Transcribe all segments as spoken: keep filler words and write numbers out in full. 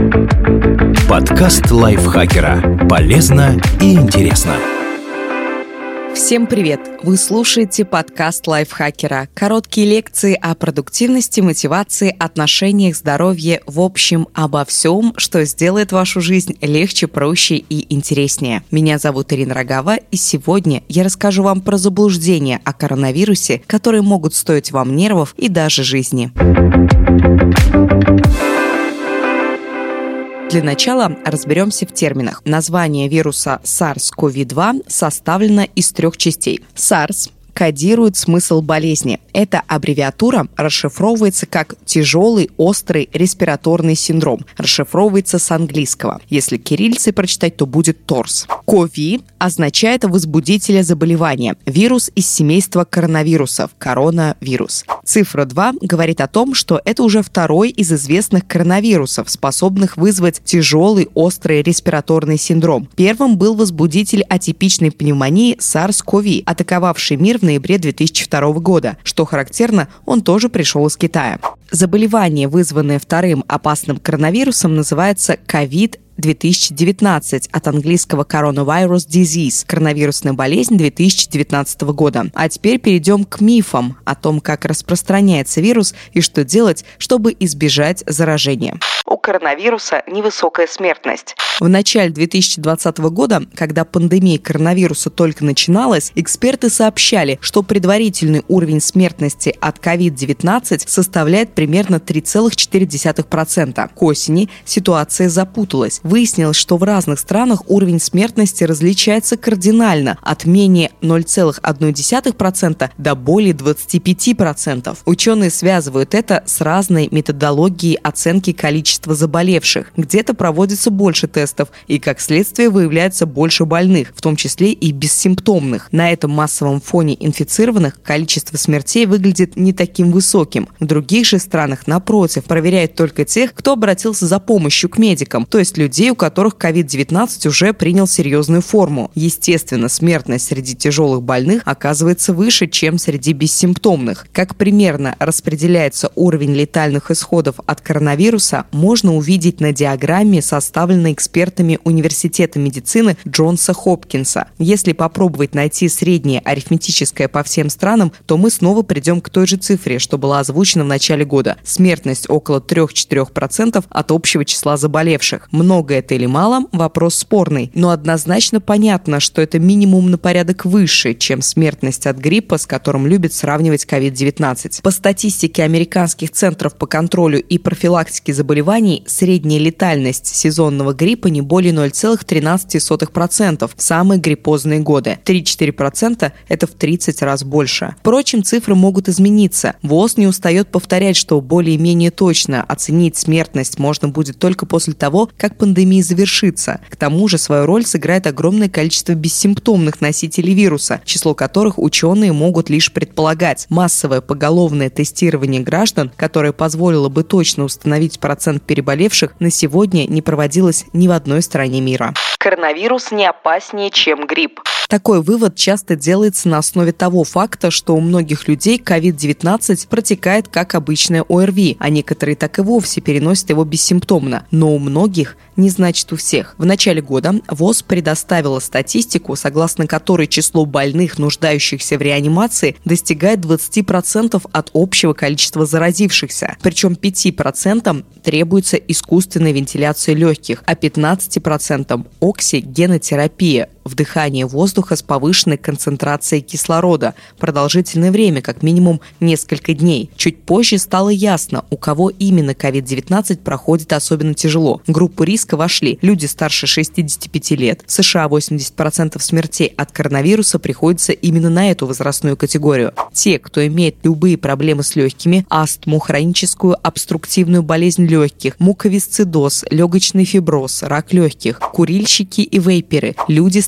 Подкаст лайфхакера. Полезно и интересно. Всем привет! Вы слушаете подкаст лайфхакера. Короткие лекции о продуктивности, мотивации, отношениях, здоровье, в общем, обо всем, что сделает вашу жизнь легче, проще и интереснее. Меня зовут Ирина Рогава, и сегодня я расскажу вам про заблуждения о коронавирусе, которые могут стоить вам нервов и даже жизни. Для начала разберемся в терминах. Название вируса SARS-си о ви два составлено из трех частей. SARS кодирует смысл болезни. Эта аббревиатура расшифровывается как «тяжелый острый респираторный синдром». Расшифровывается с английского. Если кириллицей прочитать, то будет торс. ковид означает возбудителя заболевания. Вирус из семейства коронавирусов. Коронавирус. Цифра два говорит о том, что это уже второй из известных коронавирусов, способных вызвать тяжелый острый респираторный синдром. Первым был возбудитель атипичной пневмонии SARS-си о ви, атаковавший мир в ноябре две тысячи второго года. Что характерно, он тоже пришел из Китая. Заболевание, вызванное вторым опасным коронавирусом, называется ковид две тысячи девятнадцать, от английского Coronavirus Disease, коронавирусная болезнь две тысячи девятнадцатого года. А теперь перейдем к мифам о том, как распространяется вирус и что делать, чтобы избежать заражения. У коронавируса невысокая смертность. В начале две тысячи двадцатого года, когда пандемия коронавируса только начиналась, эксперты сообщали, что предварительный уровень смертности от ковид девятнадцать составляет примерно три целых четыре десятых процента. К осени ситуация запуталась. Выяснилось, что в разных странах уровень смертности различается кардинально, от менее ноль целых одна десятая процента до более двадцати пяти процентов. Ученые связывают это с разной методологией оценки количества заболевших. Где-то проводится больше тестов, и, как следствие, выявляется больше больных, в том числе и бессимптомных. На этом массовом фоне инфицированных количество смертей выглядит не таким высоким. В других же странах, напротив, проверяют только тех, кто обратился за помощью к медикам, то есть людей, у которых ковид девятнадцать уже принял серьезную форму. Естественно, смертность среди тяжелых больных оказывается выше, чем среди бессимптомных. Как примерно распределяется уровень летальных исходов от коронавируса, можно увидеть на диаграмме, составленной экспертами Университета медицины Джонса Хопкинса. Если попробовать найти среднее арифметическое по всем странам, то мы снова придем к той же цифре, что была озвучена в начале года. Смертность около три-четыре процента от общего числа заболевших. Много это или мало – вопрос спорный, но однозначно понятно, что это минимум на порядок выше, чем смертность от гриппа, с которым любят сравнивать ковид девятнадцать. По статистике американских центров по контролю и профилактике заболеваний, средняя летальность сезонного гриппа не более ноль целых тринадцать сотых процента в самые гриппозные годы. три-четыре процента – это в тридцать раз больше. Впрочем, цифры могут измениться. ВОЗ не устает повторять, что более-менее точно оценить смертность можно будет только после того, как пандемия завершится. К тому же свою роль сыграет огромное количество бессимптомных носителей вируса, число которых ученые могут лишь предполагать. Массовое поголовное тестирование граждан, которое позволило бы точно установить процент переболевших, на сегодня не проводилось ни в одной стране мира. Коронавирус не опаснее, чем грипп. Такой вывод часто делается на основе того факта, что у многих людей ковид девятнадцать протекает как обычное о эр ви, а некоторые так и вовсе переносят его бессимптомно. Но у многих не значит у всех. В начале года ВОЗ предоставила статистику, согласно которой число больных, нуждающихся в реанимации, достигает двадцати процентов от общего количества заразившихся. Причем пяти процентам требуется искусственная вентиляция легких, а пятнадцати процентам – оксигенотерапия, вдыхание воздуха с повышенной концентрацией кислорода, продолжительное время, как минимум несколько дней. Чуть позже стало ясно, у кого именно ковид девятнадцать проходит особенно тяжело. В группу риска вошли люди старше шестидесяти пяти лет. В США восемьдесят процентов смертей от коронавируса приходится именно на эту возрастную категорию. Те, кто имеет любые проблемы с легкими, астму, хроническую обструктивную болезнь легких, муковисцидоз, легочный фиброз, рак легких, курильщики и вейперы, люди с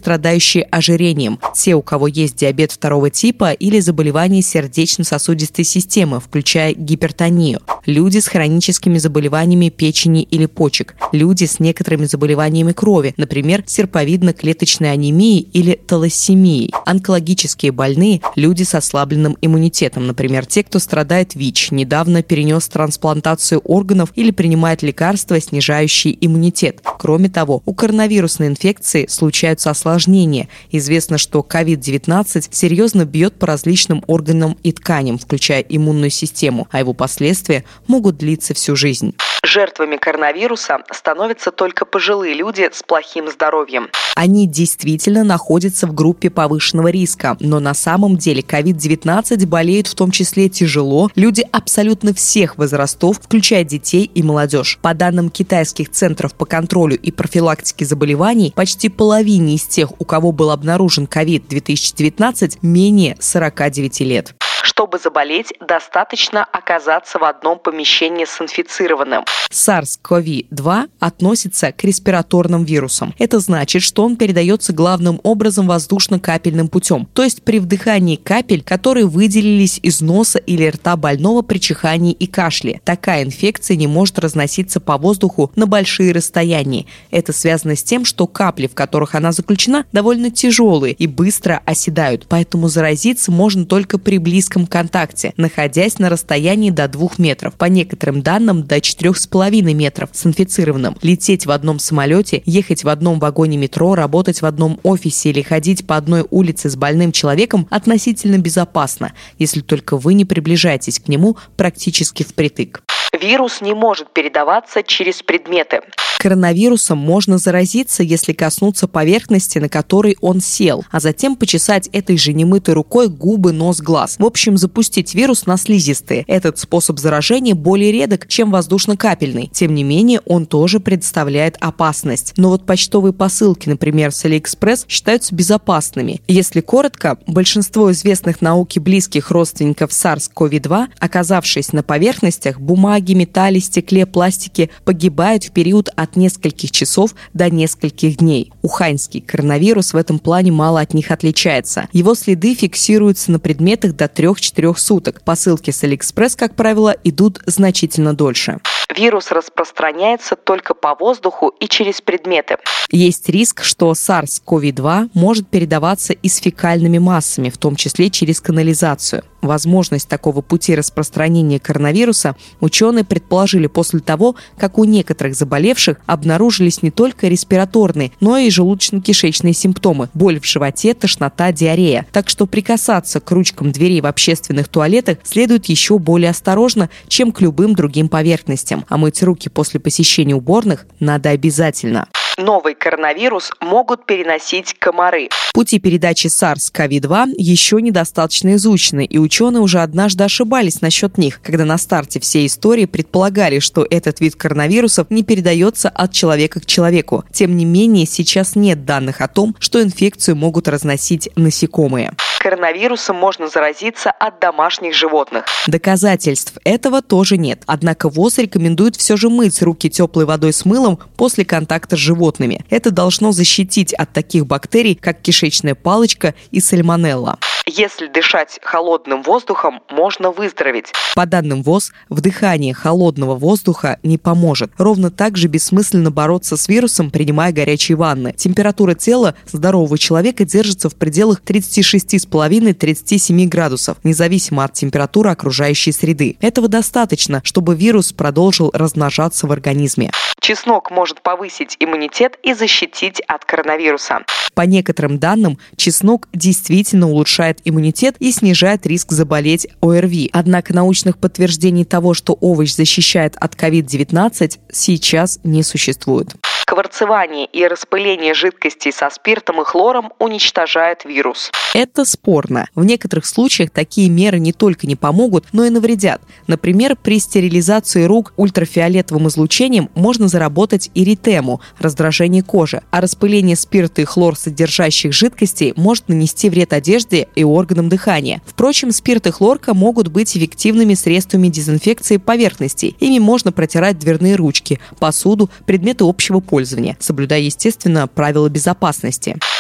страдающие ожирением, те, у кого есть диабет второго типа или заболевания сердечно-сосудистой системы, включая гипертонию, люди с хроническими заболеваниями печени или почек, люди с некоторыми заболеваниями крови, например, серповидно-клеточной анемией или талассемией, онкологические больные, люди с ослабленным иммунитетом, например, те, кто страдает ВИЧ, недавно перенес трансплантацию органов или принимает лекарства, снижающие иммунитет. Кроме того, у коронавирусной инфекции случаются осложнения. Известно, что ковид девятнадцать серьезно бьет по различным органам и тканям, включая иммунную систему, а его последствия могут длиться всю жизнь. Жертвами коронавируса становятся только пожилые люди с плохим здоровьем. Они действительно находятся в группе повышенного риска, но на самом деле ковид девятнадцать болеют в том числе тяжело люди абсолютно всех возрастов, включая детей и молодежь. По данным китайских центров по контролю и профилактике заболеваний, почти половине из тех, у кого был обнаружен ковид две тысячи девятнадцать, менее сорока девяти лет. Чтобы заболеть, достаточно оказаться в одном помещении с инфицированным. сарс ков два относится к респираторным вирусам. Это значит, что он передается главным образом воздушно-капельным путем, то есть при вдыхании капель, которые выделились из носа или рта больного при чихании и кашле. Такая инфекция не может разноситься по воздуху на большие расстояния. Это связано с тем, что капли, в которых она заключена, довольно тяжелые и быстро оседают, поэтому заразиться можно только при близком контакте, находясь на расстоянии до двух метров, по некоторым данным до четырех с половиной метров с инфицированным. Лететь в одном самолете, ехать в одном вагоне метро, работать в одном офисе или ходить по одной улице с больным человеком относительно безопасно, если только вы не приближаетесь к нему практически впритык. Вирус не может передаваться через предметы. Коронавирусом можно заразиться, если коснуться поверхности, на которой он сел, а затем почесать этой же немытой рукой губы, нос, глаз. В общем, запустить вирус на слизистые. Этот способ заражения более редок, чем воздушно-капельный. Тем не менее, он тоже представляет опасность. Но вот почтовые посылки, например, с Алиэкспресс, считаются безопасными. Если коротко, большинство известных науке близких родственников сарс ков два, оказавшись на поверхностях, бумаге, металле, стекле, пластике, погибают в период от нескольких часов до нескольких дней. Уханьский коронавирус в этом плане мало от них отличается. Его следы фиксируются на предметах до трех-четырех суток. Посылки с Алиэкспресс, как правило, идут значительно дольше. Вирус распространяется только по воздуху и через предметы. Есть риск, что сарс ков два может передаваться и с фекальными массами, в том числе через канализацию. Возможность такого пути распространения коронавируса ученые предположили после того, как у некоторых заболевших обнаружились не только респираторные, но и желудочно-кишечные симптомы – боль в животе, тошнота, диарея. Так что прикасаться к ручкам дверей в общественных туалетах следует еще более осторожно, чем к любым другим поверхностям. А мыть руки после посещения уборных надо обязательно. Новый коронавирус могут переносить комары. Пути передачи сарс ков два еще недостаточно изучены, и ученые уже однажды ошибались насчет них, когда на старте всей истории предполагали, что этот вид коронавирусов не передается от человека к человеку. Тем не менее, сейчас нет данных о том, что инфекцию могут разносить насекомые. Коронавирусом можно заразиться от домашних животных. Доказательств этого тоже нет. Однако ВОЗ рекомендует все же мыть руки теплой водой с мылом после контакта с животными. Это должно защитить от таких бактерий, как кишечная палочка и сальмонелла. Если дышать холодным воздухом, можно выздороветь. По данным ВОЗ, вдыхание холодного воздуха не поможет. Ровно так же бессмысленно бороться с вирусом, принимая горячие ванны. Температура тела здорового человека держится в пределах тридцать шесть целых пять десятых - тридцать семь градусов, независимо от температуры окружающей среды. Этого достаточно, чтобы вирус продолжил размножаться в организме. Чеснок может повысить иммунитет и защитить от коронавируса. По некоторым данным, чеснок действительно улучшает иммунитет и снижает риск заболеть о эр ви. Однако научных подтверждений того, что овощ защищает от ковид девятнадцать, сейчас не существует. Кварцевание и распыление жидкостей со спиртом и хлором уничтожает вирус. Это спорно. В некоторых случаях такие меры не только не помогут, но и навредят. Например, при стерилизации рук ультрафиолетовым излучением можно заработать эритему – раздражение кожи, а распыление спирта и хлор содержащих жидкостей может нанести вред одежде и органам дыхания. Впрочем, спирт и хлорка могут быть эффективными средствами дезинфекции поверхностей. Ими можно протирать дверные ручки, посуду, предметы общего пользования, соблюдая, естественно, правила безопасности.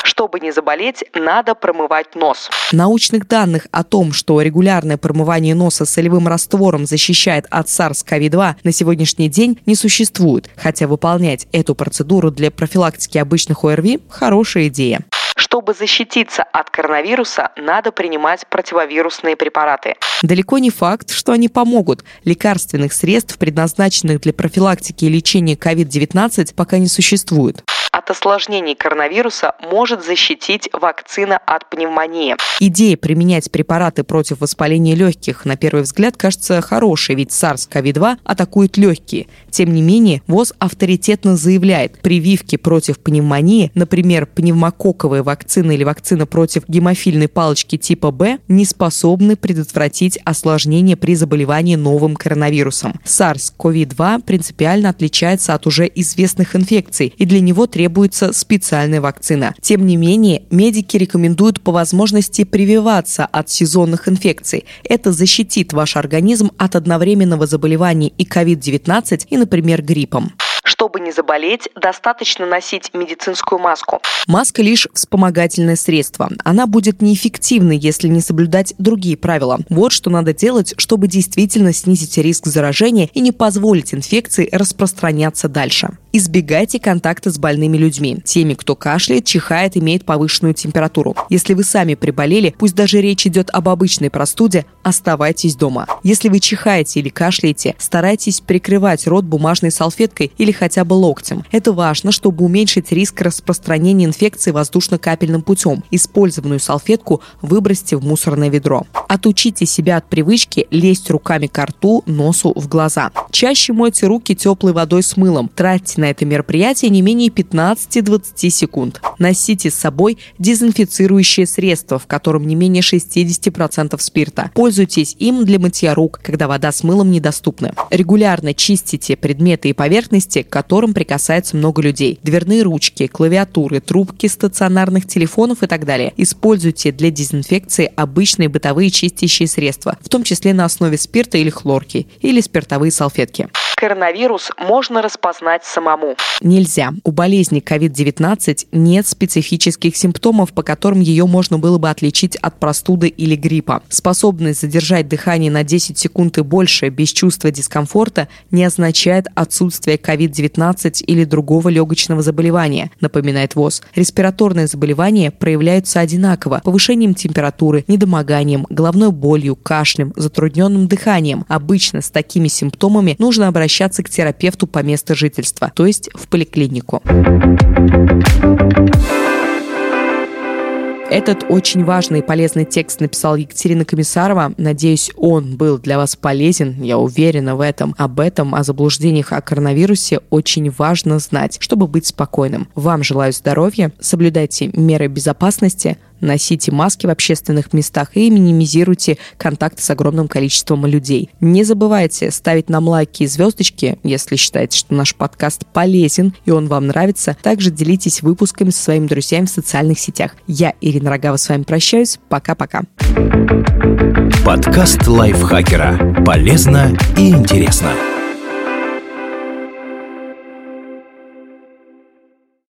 Чтобы не заболеть, надо промывать нос. Научных данных о том, что регулярное промывание носа солевым раствором защищает от SARS-си о ви два, на сегодняшний день не существует, хотя выполнять эту процедуру для профилактики обычных о эр ви – хорошая идея. Чтобы защититься от коронавируса, надо принимать противовирусные препараты. Далеко не факт, что они помогут. Лекарственных средств, предназначенных для профилактики и лечения ковид девятнадцать, пока не существует. От осложнений коронавируса может защитить вакцина от пневмонии. Идея применять препараты против воспаления легких, на первый взгляд, кажется хорошей, ведь SARS-си о ви два атакует легкие. Тем не менее, ВОЗ авторитетно заявляет, прививки против пневмонии, например, пневмококковая вакцина или вакцина против гемофильной палочки типа Б, не способны предотвратить осложнения при заболевании новым коронавирусом. SARS-си о ви два принципиально отличается от уже известных инфекций, и для него требуется специальная вакцина. Тем не менее, медики рекомендуют по возможности прививаться от сезонных инфекций. Это защитит ваш организм от одновременного заболевания и ковид девятнадцать, и, например, гриппом. Чтобы не заболеть, достаточно носить медицинскую маску. Маска лишь вспомогательное средство. Она будет неэффективной, если не соблюдать другие правила. Вот что надо делать, чтобы действительно снизить риск заражения и не позволить инфекции распространяться дальше. Избегайте контакта с больными людьми, теми, кто кашляет, чихает, имеет повышенную температуру. Если вы сами приболели, пусть даже речь идет об обычной простуде, оставайтесь дома. Если вы чихаете или кашляете, старайтесь прикрывать рот бумажной салфеткой или хотя бы локтем. Это важно, чтобы уменьшить риск распространения инфекции воздушно-капельным путем. Использованную салфетку выбросьте в мусорное ведро. Отучите себя от привычки лезть руками ко рту, носу, в глаза. Чаще мойте руки теплой водой с мылом. Тратьте на это мероприятие не менее пятнадцать-двадцать секунд. Носите с собой дезинфицирующее средство, в котором не менее шестьдесят процентов спирта. Пользуйтесь им для мытья рук, когда вода с мылом недоступна. Регулярно чистите предметы и поверхности, к которым прикасается много людей. Дверные ручки, клавиатуры, трубки стационарных телефонов и так далее. Используйте для дезинфекции обычные бытовые чистящие средства, в том числе на основе спирта или хлорки, или спиртовые салфетки. Коронавирус можно распознать самому. Нельзя. У болезни ковид девятнадцать нет специфических симптомов, по которым ее можно было бы отличить от простуды или гриппа. Способность задержать дыхание на десять секунд и больше без чувства дискомфорта не означает отсутствие ковид девятнадцать или другого легочного заболевания, напоминает ВОЗ. Респираторные заболевания проявляются одинаково: повышением температуры, недомоганием, головной болью, кашлем, затрудненным дыханием. Обычно с такими симптомами нужно обращаться обращаться к терапевту по месту жительства, то есть в поликлинику. Этот очень важный и полезный текст написала Екатерина Комиссарова. Надеюсь, он был для вас полезен. Я уверена в этом. Об этом, о заблуждениях о коронавирусе очень важно знать, чтобы быть спокойным. Вам желаю здоровья, соблюдайте меры безопасности, носите маски в общественных местах и минимизируйте контакты с огромным количеством людей. Не забывайте ставить нам лайки и звездочки, если считаете, что наш подкаст полезен и он вам нравится. Также делитесь выпусками со своими друзьями в социальных сетях. Я, Ирина Рогава, с вами прощаюсь. Пока-пока. Подкаст лайфхакера. Полезно и интересно.